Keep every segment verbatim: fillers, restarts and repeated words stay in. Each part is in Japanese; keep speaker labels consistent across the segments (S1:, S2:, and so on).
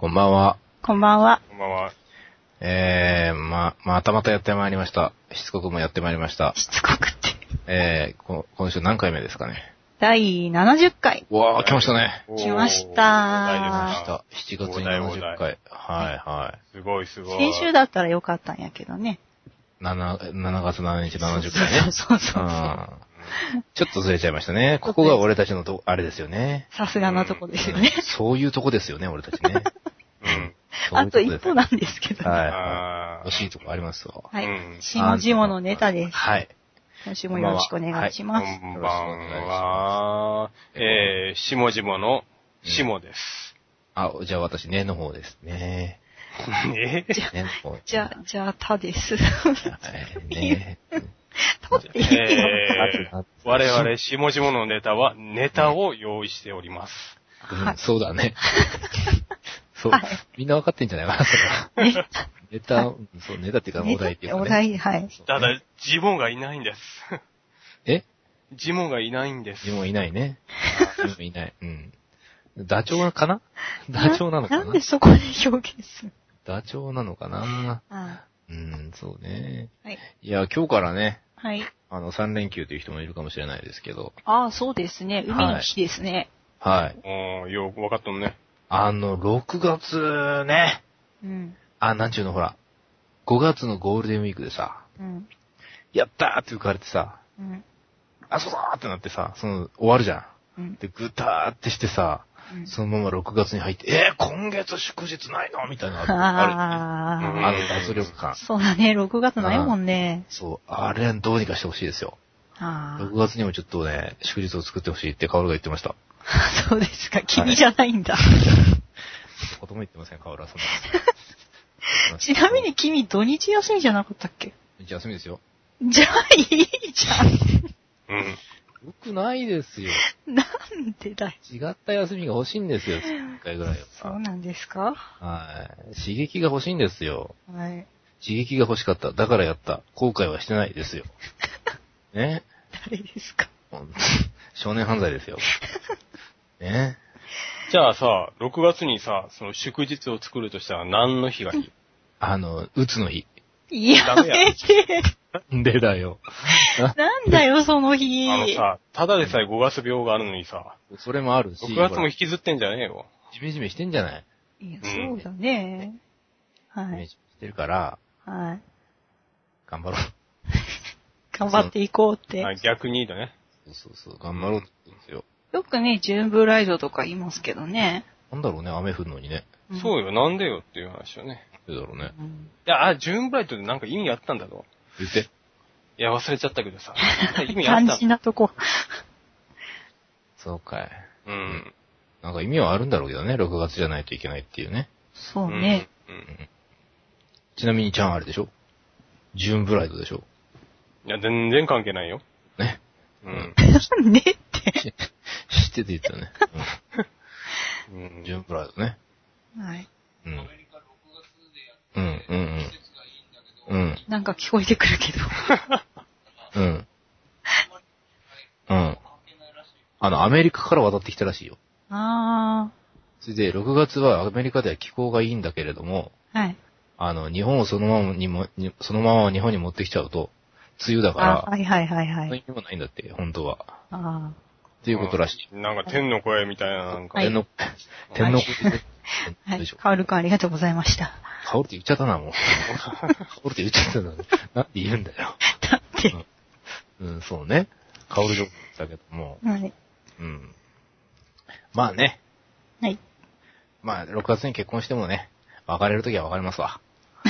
S1: こんばんは。
S2: こんばんは。
S3: こんばんは。
S1: えー、ま、またまたやってまいりました。しつこくもやってまいりました。
S2: しつこくって。
S1: えー、こ今週何回目ですかね。
S2: だいななじゅっかい。
S1: うわー、来ましたね。
S2: 来ました。
S1: 来ました。しちがつにななじゅっかい。はいはい。
S3: すごいすごい。
S2: 先週だったらよかったんやけどね。
S1: 7、しちがつしちにちななじゅっかいね。
S2: そうそうそうそう。
S1: ちょっとずれちゃいましたね。ここが俺たちのと、あれですよね。
S2: さすがなとこですよね。
S1: そういうとこですよね、俺たちね。
S3: うん。
S2: あと一歩なんですけどね。
S1: はい。惜しいとこありますわ。
S2: はい。下々のネタです。
S1: はい。
S2: 今週もよろしくお願いします。
S3: こんばんは。えー、下々の下です。
S1: あ、じゃあ私、ねの方ですね。
S3: え
S2: じゃあ、じゃあ、じゃあ、たです。
S1: ね
S2: たっていいよ。
S3: えー、我々、下々のネタは、ネタを用意しております。
S1: うん、そうだね。そう、みんなわかってんじゃないかな、それは。ネタ、そう、ネタっていうか、お題っていうかね。
S2: お題、はい。
S3: ただ、ジモンがいないんです。
S1: え
S3: ジモンがいないんです。
S1: ジモンいないね。ジモンいない。うん。ダチョウかなダチョウなのかな
S2: なんでそこで表現する
S1: ダチョウなのかな
S2: あ
S1: うん、そうね。
S2: はい。
S1: いや、今日からね、
S2: はい。
S1: あの、さん連休という人もいるかもしれないですけど。
S2: ああ、そうですね。海の日ですね。
S1: はい。
S3: おー、よくわかったのね。
S1: あの、ろくがつね。
S2: うん。
S1: あ、なんちゅうの、ほら。ごがつのゴールデンウィークでさ、
S2: うん。
S1: やったーって浮かれてさ、
S2: うん。
S1: あ、そうだーってなってさ、その、終わるじゃん。
S2: うん。
S1: で、ぐたーってしてさ、うん、そのままろくがつに入って、えー、今月祝日ないのみたいなのがある、ね。ああの脱力感。
S2: そうだね、ろくがつないもんね。
S1: そう、あれどうにかしてほしいですよ。あろくがつにもちょっとね、祝日を作ってほしいってカオルが言ってました。
S2: そうですか、君じゃないんだ。
S1: 子供言ってません、カオルはそんな。
S2: ちなみに君土日休みじゃなかったっけ？
S1: 土日休みですよ。
S2: じゃあいいじゃん。
S3: うん。
S1: よくないですよ。
S2: なんでだよ。
S1: 違った休みが欲しいんですよ、いっかいぐらいは。
S2: そうなんですか？
S1: はい。刺激が欲しいんですよ。
S2: はい。
S1: 刺激が欲しかった。だからやった。後悔はしてないですよ。ね。
S2: 誰ですか？
S1: 少年犯罪ですよ。ね。
S3: じゃあさ、ろくがつにさ、その祝日を作るとしたら何の日がいい？
S1: あの、うつの日。
S2: いやめて。
S1: なんでだよ。
S2: なんだよ、その日。
S3: あのさ、ただでさえごがつ病があるのにさ、
S1: それもあるし。
S3: ろくがつも引きずってんじゃねえよ。
S1: ジメジメしてんじゃない？
S2: いや、そうだね。はい。
S1: ジメジメしてるから、
S2: はい。
S1: 頑張ろう。
S2: 頑張っていこうって。
S3: あ、逆にだね。
S1: そうそうそう、頑張ろうって言うんですよ。
S2: よくね、ジューンブライドとか言いますけどね。
S1: なんだろうね、雨降るのにね。
S3: うん、そうよ、なんでよっていう話よね。
S1: なんでだろうね。
S3: うん、いや、あ、ジューンブライドでなんか意味あったんだろ。
S1: 言って。
S3: いや、忘れちゃったけどさ。意味あった。
S2: 肝心なとこ。
S1: そうかい。
S3: うん。
S1: なんか意味はあるんだろうけどね、ろくがつじゃないといけないっていうね。
S2: そうね。
S3: うん。うん、
S1: ちなみにちゃんあれでしょ？ジューンブライドでしょ？
S3: いや、全然関係ないよ。
S1: ね。
S3: うん。
S2: ねって。
S1: 知ってて言ったね。うん。ジューンブライドね。
S2: はい。
S1: うん。うん、うん、うん。うん。
S2: なんか聞こえてくるけど。
S1: うん。うん。あの、アメリカから渡ってきたらしいよ。
S2: ああ。
S1: それで、ろくがつはアメリカでは気候がいいんだけれども、
S2: はい。
S1: あの、日本をそのままにも、そのまま日本に持ってきちゃうと、梅雨だから、
S2: はいはいはいはい。
S1: そういう意味もないんだって、本当は。
S2: ああ。
S1: っていうことらしい。
S3: なんか天の声みたいな、なんか。
S1: 天の、天の声。
S2: はい。カオルくんありがとうございました。
S1: カオルって言っちゃったな、もう。カオルって言っちゃったな。なんで言うんだよ。
S2: だって。
S1: うん、うん、そうね。カオルジョークだけども。
S2: はい。
S1: うん。まあね。
S2: はい。
S1: まあ、ろくがつに結婚してもね、別れるときは別れますわ。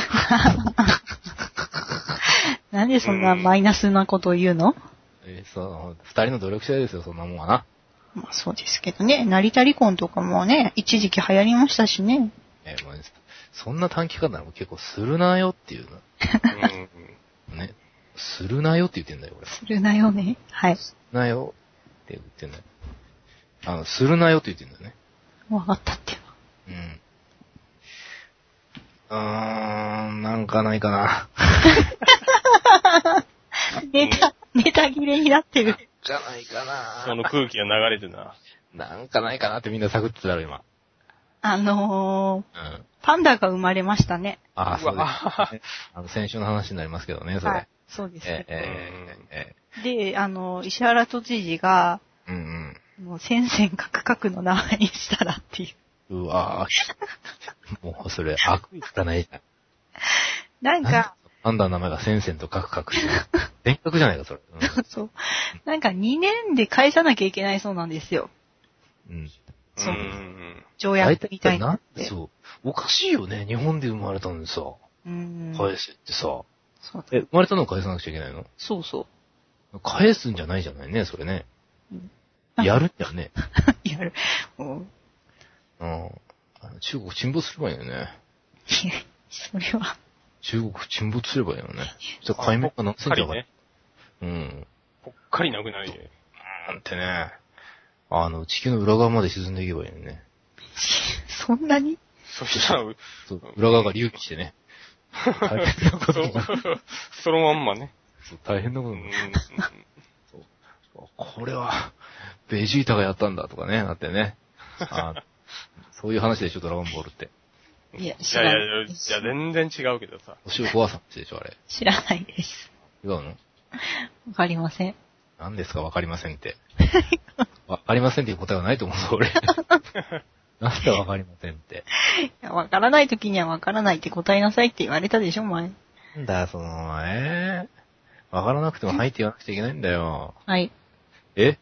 S2: なんでそんなマイナスなことを言うの？
S1: えー、そう、二人の努力次第ですよ、そんなもんはな。
S2: まあそうですけどね、成田離婚とかもね、一時期流行りましたしね。
S1: えー、もうそんな短期間なら結構するなよっていうの。うん、ね。するなよって言ってんだよ、俺。
S2: するなよね。はい。
S1: するなよって言ってんだよ。あの、するなよって言ってんだよね。
S2: わかったって
S1: うん。うーん、なんかないかな。
S2: ネタ、ネタ切れになってる。
S1: じゃないかな。
S3: その空気が流れてな。
S1: なんかないかなってみんな探ってたろ、今。
S2: あの
S1: うん。
S2: ー、パンダが生まれましたね。
S1: ああ、そう
S3: うわ
S1: です、ね。あの、先週の話になりますけどね、それ。
S2: はい。そうですね。
S1: ええええ
S2: で、あの、石原都知事が、
S1: えうん
S2: もう、先々カクカクの名前にしたらっていう。
S1: うん。うわぁ。もう、それ、悪意つかないじゃん。
S2: なんか、
S1: パンダの名前がセンセンとカクカクしてる。電格じゃないか、それ。うん。
S2: そう。なんかにねんで返さなきゃいけないそうなんですよ。
S1: うん。
S2: そうう。
S3: ん。
S2: 条約みたいな
S1: な
S2: のって。
S1: そう。おかしいよね。日本で生まれたのにさ、
S2: うん。
S1: 返せってさ。
S2: そう
S1: え、生まれたのを返さなくちゃいけないの？
S2: そうそ
S1: 返すんじゃないじゃないね、それね。
S2: う。
S1: やるんだよね。
S2: やる。うん。
S1: うん。あの中国沈没すればいいよね。
S2: いやそれは。
S1: 中国沈没すればいいよね。じゃあ海面が何センチ上がる？
S3: ね。
S1: うん。
S3: ぽっかりなくなりで。
S1: なんてね。あの、地球の裏側まで沈んでいけばいいよね。
S2: そんなに
S3: そしたら、
S1: そう、裏側が隆起してね。大変なことになる。
S3: そのまんまね。
S1: そう大変なこと
S3: う
S1: になる。
S3: ん。
S1: そうこれは、ベジータがやったんだとかね、なってね。あそういう話でしょ、ドラゴンボールって。
S2: いや、
S3: いやいや
S2: 知らない
S3: いや、いや全然違うけどさ。
S1: 星を壊さんでしょ、あれ。
S2: 知らないです。
S1: 違うの？
S2: わかりません。
S1: 何ですか、わかりませんって。わかりませんっていう答えはないと思うぞ、俺。なんでわかりませんって。
S2: いや、わからない時にはわからないって答えなさいって言われたでしょ、前。
S1: なんだ、その、えー、わからなくてもはいって言わなくちゃいけないんだよ。
S2: はい。
S1: え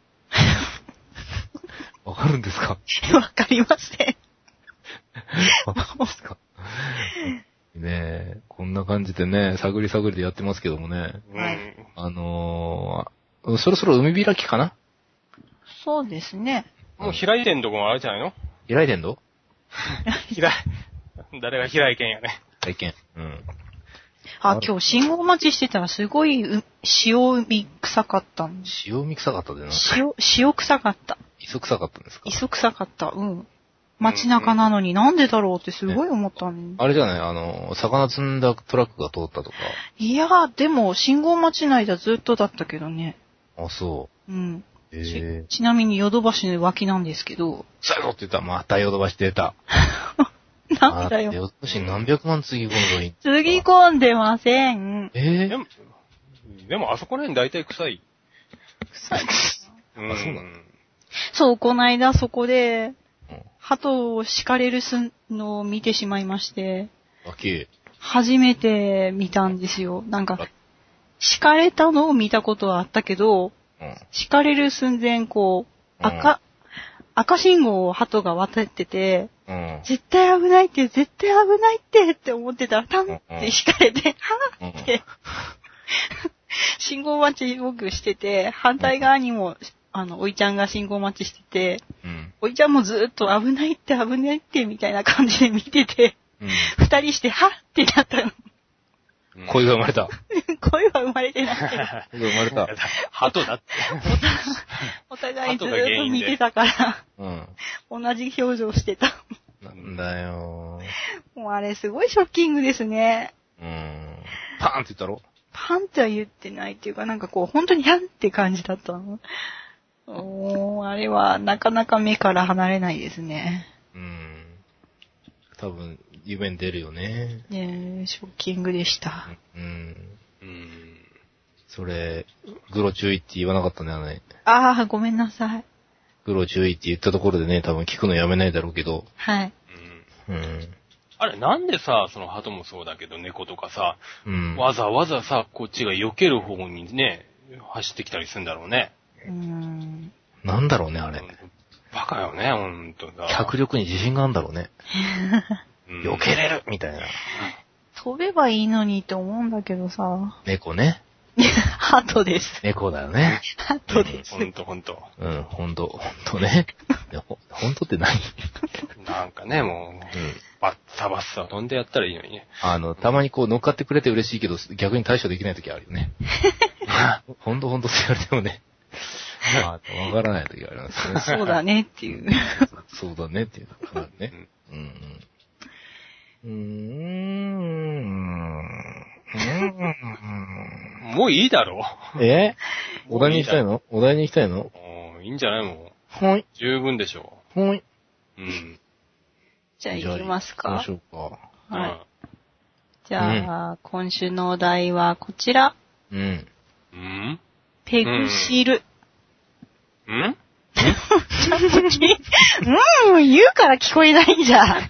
S1: わかるんですか？
S2: わかりません。
S1: わかるんですか？ねえ、こんな感じでね、探り探りでやってますけどもね。
S2: はい
S3: うん。
S1: あのー、そろそろ海開きかな？
S2: そうですね。
S3: もう開いてんとこもあるじゃないの？
S1: 開いてんの？
S3: 開い、誰が開いてんやね。
S1: 体験。うん。
S2: あ、今日信号待ちしてたらすごいう塩海臭かったんです。
S1: 塩味臭かったでな。
S2: 塩、塩臭かった。
S1: 磯臭かったんですか？
S2: 磯臭かった。うん。街中なのになんでだろうってすごい思ったね。
S1: あれじゃないあの、魚積んだトラックが通ったとか。
S2: いやー、でも信号待ちの間ずっとだったけどね。
S1: あ、そ
S2: うん。
S1: う。ええ
S2: ち、ちなみにヨドバシの脇なんですけど。
S1: 最後って言ったらまたヨドバシ出た。
S2: なんだよ。
S1: ヨドバシ何百万つぎ込むのに。
S2: つぎ込んでません。
S1: ええ
S3: でも、でもあそこら辺大体臭い。
S2: 臭い。
S3: うん。
S1: あそうなの
S2: そう、こないだそこで
S1: うん、
S2: 鳩を叱かれるすのを見てしまいまして、
S1: わけ。
S2: 初めて見たんですよ。なんか、叱かれたのを見たことはあったけど、
S1: うん。
S2: 叱かれる寸前、こう、赤、赤信号を鳩が渡ってて、
S1: うん。
S2: 絶対危ないって、絶対危ないってって思ってたら、タンって叱かれて、はぁって、信号待ち僕してて、反対側にも、あの、おいちゃんが信号待ちしてて、
S1: うん。
S2: おいちゃんもずーっと危ないって危ないってみたいな感じで見てて、
S1: うん。
S2: 二人して、はっってなったの。
S1: 恋が生まれた。
S2: 声は生まれてないけど、
S1: 恋が生まれた。
S3: 鳩だって。
S2: お互いずーっと見てたから、
S1: うん。
S2: 同じ表情してた。
S1: なんだよ
S2: もうあれすごいショッキングですね。
S1: ー。うん。パーンって言ったろ？
S2: パンっては言ってないっていうか、なんかこう、本当にヒャンって感じだったの。おー、あれはなかなか目から離れないですね。
S1: うん。多分、夢に出るよね。
S2: ねえ、ショッキングでした。
S1: うん。
S3: うん。
S1: それ、グロ注意って言わなかったね、あのね。
S2: あー、ごめんなさい。
S1: グロ注意って言ったところでね、多分聞くのやめないだろうけど。
S2: はい。
S3: うん。
S1: うん。
S3: あれ、なんでさ、その鳩もそうだけど、猫とかさ、
S1: うん。
S3: わざわざさ、こっちが避ける方にね、走ってきたりするんだろうね。
S2: うーん。
S1: なんだろうね、あれ。
S3: バカよね、ほんとだ。
S1: 脚力に自信があるんだろうね。
S3: うん
S1: 避けれるみたいな。
S2: 飛べばいいのにって思うんだけどさ。
S1: 猫ね。
S2: ハトです。
S1: 猫だよね。
S2: ハトです。
S3: ほんとほんと。
S1: うん、ほんと、ほんとね。いやほほんとって何？
S3: なんかね、もう、
S1: うん。
S3: バッサバッサ飛んでやったらいいのにね。
S1: あの、たまにこう乗っかってくれて嬉しいけど、逆に対処できない時あるよね。ほんとほんとって言われてもね。まあ、わからない時がありますね。
S2: そうだねっていう。
S1: そうだねっていうのがあるね。うんうん。うーん。うーん。
S3: もういいだろ。
S1: えお題に行きたいのお題に行きたいの
S3: おーいいんじゃないも
S1: はい。
S3: う。十分でしょ
S1: はい。
S3: う。うん。
S2: じゃあ行きますか。
S1: 行きましょうか。
S2: はい。じゃあ、うん、今週のお題はこちら。
S1: うん。
S3: うん。
S2: ペグシル。
S3: うん？
S2: ちょっとき、うん、言うから聞こえないんじゃん。なん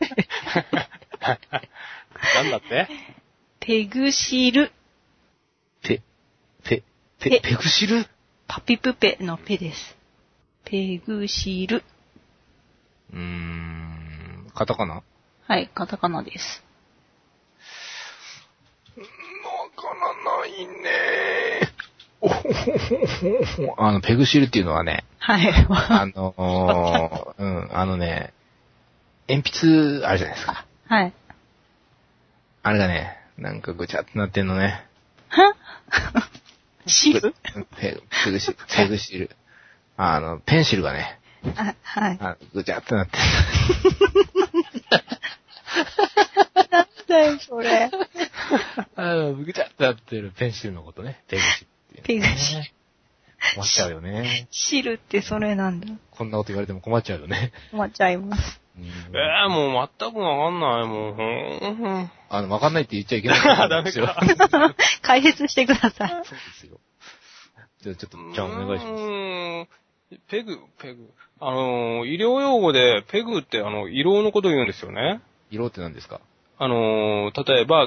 S3: だって
S2: ペグシル。
S1: ペ、ペ、ペ、ペグシル？
S2: パピプペのペです。ペグシル。
S1: うーん、カタカナ？
S2: はい、カタカナです。
S1: わからないねー。おほほほほ。あの、ペグシルっていうのはね、
S2: はい。
S1: あのー、うん、あのね、鉛筆あるじゃないですか。
S2: はい。
S1: あれがね、なんかぐちゃってなってんのね。
S2: はシル？
S1: ペグシル、ペグシル。あの、ペンシルがね、
S2: あ、はい。
S1: あぐちゃってなって
S2: る。なんだよ、それ。
S1: あの、ぐちゃってなってるペンシルのことね、ペグシルっていう、ね。
S2: ペグシル。
S1: 困っちゃうよね。
S2: シルってそれなんだ。
S1: こんなこと言われても困っちゃうよね。
S2: 困っちゃいます。
S3: ええー、もう全くわかんない、もう。ふん
S1: あの、わかんないって言っちゃいけない
S3: ダメか。
S2: 解説してください。
S1: そうですよ。じゃあちょっと、じゃあお願いします。うーん。
S3: ペグ、ペグ。あの、医療用語でペグってあの、胃ろうのことを言うんですよね。
S1: 胃ろうって何ですか？
S3: あの、例えば、うん、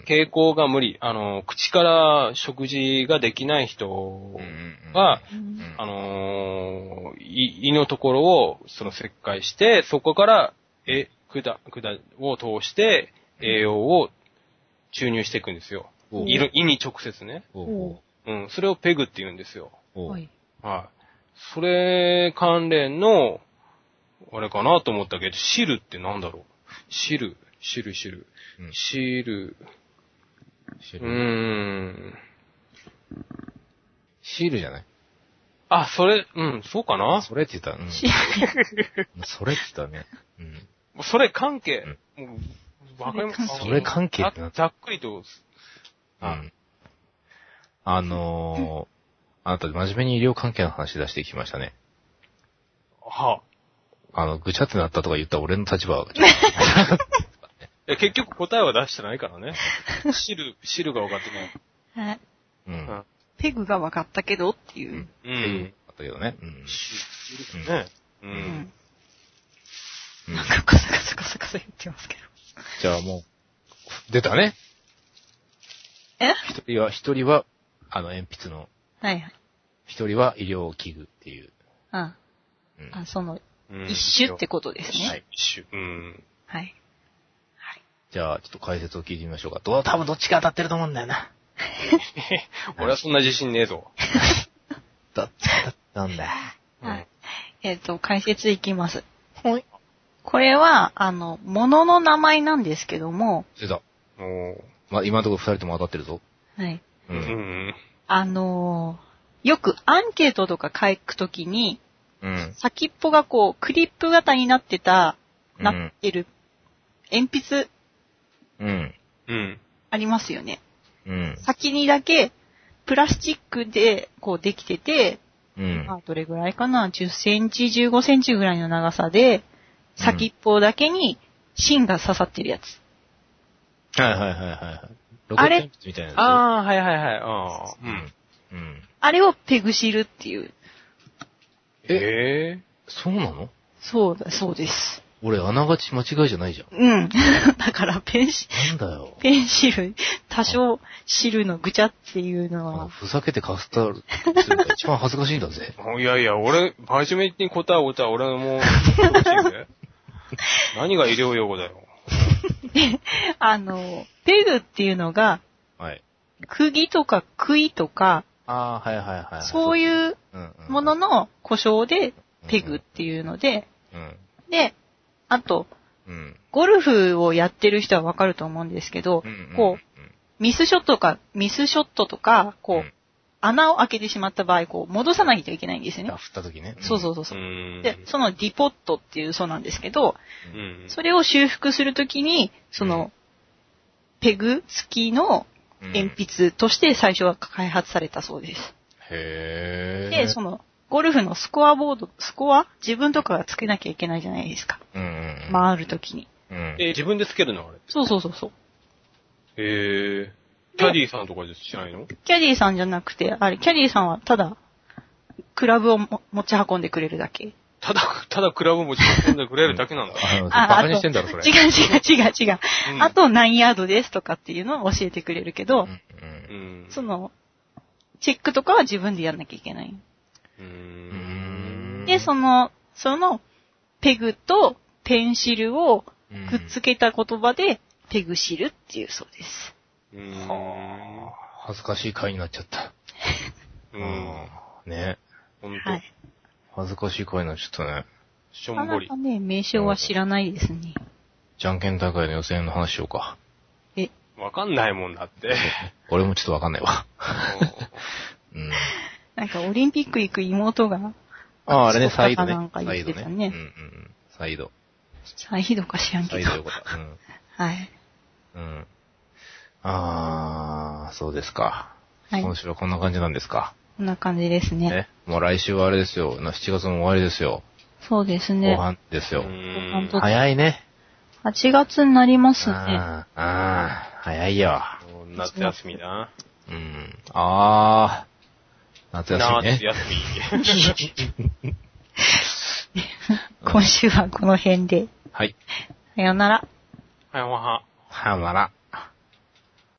S3: 蛍光が無理、あの、口から食事ができない人が、うんうんうん、あの、胃のところをその切開して、そこから、え、管、管を通して栄養を注入していくんですよ。胃、胃に直接ね。うん、それをペグって言うんですよ。
S2: はい。
S3: はい。それ関連の、あれかなと思ったけど、汁ってなんだろう。汁、汁、汁。うん、汁。汁。うーん。
S1: シールじゃない？
S3: あ、それ、うん、そうかな？
S1: それって言ったら、うん。それって言ったね。
S3: うん。それ関係。うん、もう、わかります
S1: か？それ関係ってな
S3: ざっくりと。
S1: うん。あのー、あなた真面目に医療関係の話出してきましたね。
S3: は
S1: あ。あの、ぐちゃってなったとか言った俺の立場は。
S3: いや、結局答えは出してないからね。汁、汁が分かってない。
S2: はい。
S1: うん。
S2: ペグが分かったけどっていう。うん。
S1: ペグ分かったけどね。うん。
S3: 汁ね。うん。
S2: うん。なんかカサカサカサカサ言ってますけど。
S1: じゃあもう、出たね。
S2: え？
S1: 一人は、一人は、あの、鉛筆の。
S2: はいはい。
S1: 一人は医療器具っていう。
S2: ああ。うん、あ、その、一種ってことですね。
S3: はい、一種。うん。
S2: はい。はい。
S1: じゃあ、ちょっと解説を聞いてみましょうか。どう、多分どっちが当たってると思うんだよな。
S3: 俺はそんな自信ねえぞ。
S1: どっちが当たったんだ。
S2: はい。えっと、解説いきます。
S1: はい。
S2: これは、あの、物の名前なんですけども。
S1: 出た。おまあ、今のところ二人とも当たってるぞ。
S2: はい。
S1: うん。うん
S2: あのー、よくアンケートとか書くときに、
S1: うん、
S2: 先っぽがこう、クリップ型になってた、なってる、鉛筆、
S1: うん。
S3: うん。
S2: ありますよね。
S1: うん。
S2: 先にだけ、プラスチックで、こうできてて、
S1: うん。
S2: まあ、どれぐらいかな、じゅっセンチ、じゅうごセンチぐらいの長さで、先っぽだけに芯が刺さってるやつ。
S1: はいはいはいはい。あれみたいな。
S3: ああ、はいはいはい。ああ、うん。
S1: うん。
S2: あれをペグシルっていう。
S1: ええー、そうなの？
S2: そうだ、そうです。
S1: 俺、あながち間違いじゃないじゃん。
S2: うん。だから、ペンシル。
S1: なんだよ。
S2: ペンシル、多少汁のぐちゃっていうのは。
S1: ふざけてカスタルするのが一番恥ずかしいんだぜ。
S3: いやいや、俺、真面目に答えを答え、俺も、何が医療用語だよ。
S2: あの、ペグっていうのが、
S1: はい。
S2: 釘とか杭とか、
S1: ああ、はいはいはい。
S2: そういうものの故障で、ペグっていうので、
S1: うんうん、
S2: で、あと、
S1: うん、
S2: ゴルフをやってる人はわかると思うんですけど、うんうん、こう、ミスショットか、ミスショットとか、こう、うん、穴を開けてしまった場合、こう、戻さないといけないんですよね。
S1: 振った時ね。
S2: そうそうそうそう。で、そのディポットっていうそうなんですけど、うん、それを修復するときに、その、うん、ペグ付きの鉛筆として最初は開発されたそうです。
S1: へー。
S2: で、その、ゴルフのスコアボード、スコア自分とかがつけなきゃいけないじゃないですか。
S1: うんうん、
S2: 回るときに。
S1: うん。
S3: え、自分でつけるのあれ。
S2: そうそうそうそう。
S3: へえ。キャディーさんとかでしないの？
S2: キャディーさんじゃなくて、あれ、キャディーさんはただ、クラブをも持ち運んでくれるだけ。
S3: ただ、ただクラブ持ち運んでくれるだけなんだ。
S1: あ、バカにしてんだろ、それ。
S2: 違う違う違う違う。うん、あと何ヤードですとかっていうのを教えてくれるけど、うん、その、チェックとかは自分でやんなきゃいけない。うーんで、その、その、ペグとペンシルをくっつけた言葉で、ペグシルっていうそうです。
S1: うーんはあ、恥ずかしい回になっちゃった。うん。ね。
S3: ほんと。はい。
S1: 恥ずかしい回になっちゃったね。
S3: しょんぼり。
S2: なかなかね、名称は知らないですね。
S1: じゃんけん大会の予選の話しようか。
S3: えわかんないもんだって。
S1: 俺もちょっとわかんないわ。
S2: うん、なんかオリンピック行く妹が。
S1: ああ、あれね、サイドね。
S2: なんか言ってたね。
S1: うんうん。サイド。
S2: サイドか知らんけど。
S1: サイドよかった。うん。
S2: はい。
S1: うん。あー、そうですか。はい。今週はこんな感じなんですか。
S2: こんな感じですね。ね。
S1: もう来週はあれですよ。しちがつも終わりですよ。
S2: そうですね。
S1: 後半ですよ。早いね。
S2: はちがつになりますね。
S1: あー、あー早いよ。
S3: 夏休みな。
S1: うん。あー、夏休みね。
S3: 夏休み。
S2: 今週はこの辺で。
S1: はい。
S2: さよなら。
S3: さよなら。
S1: さよなら。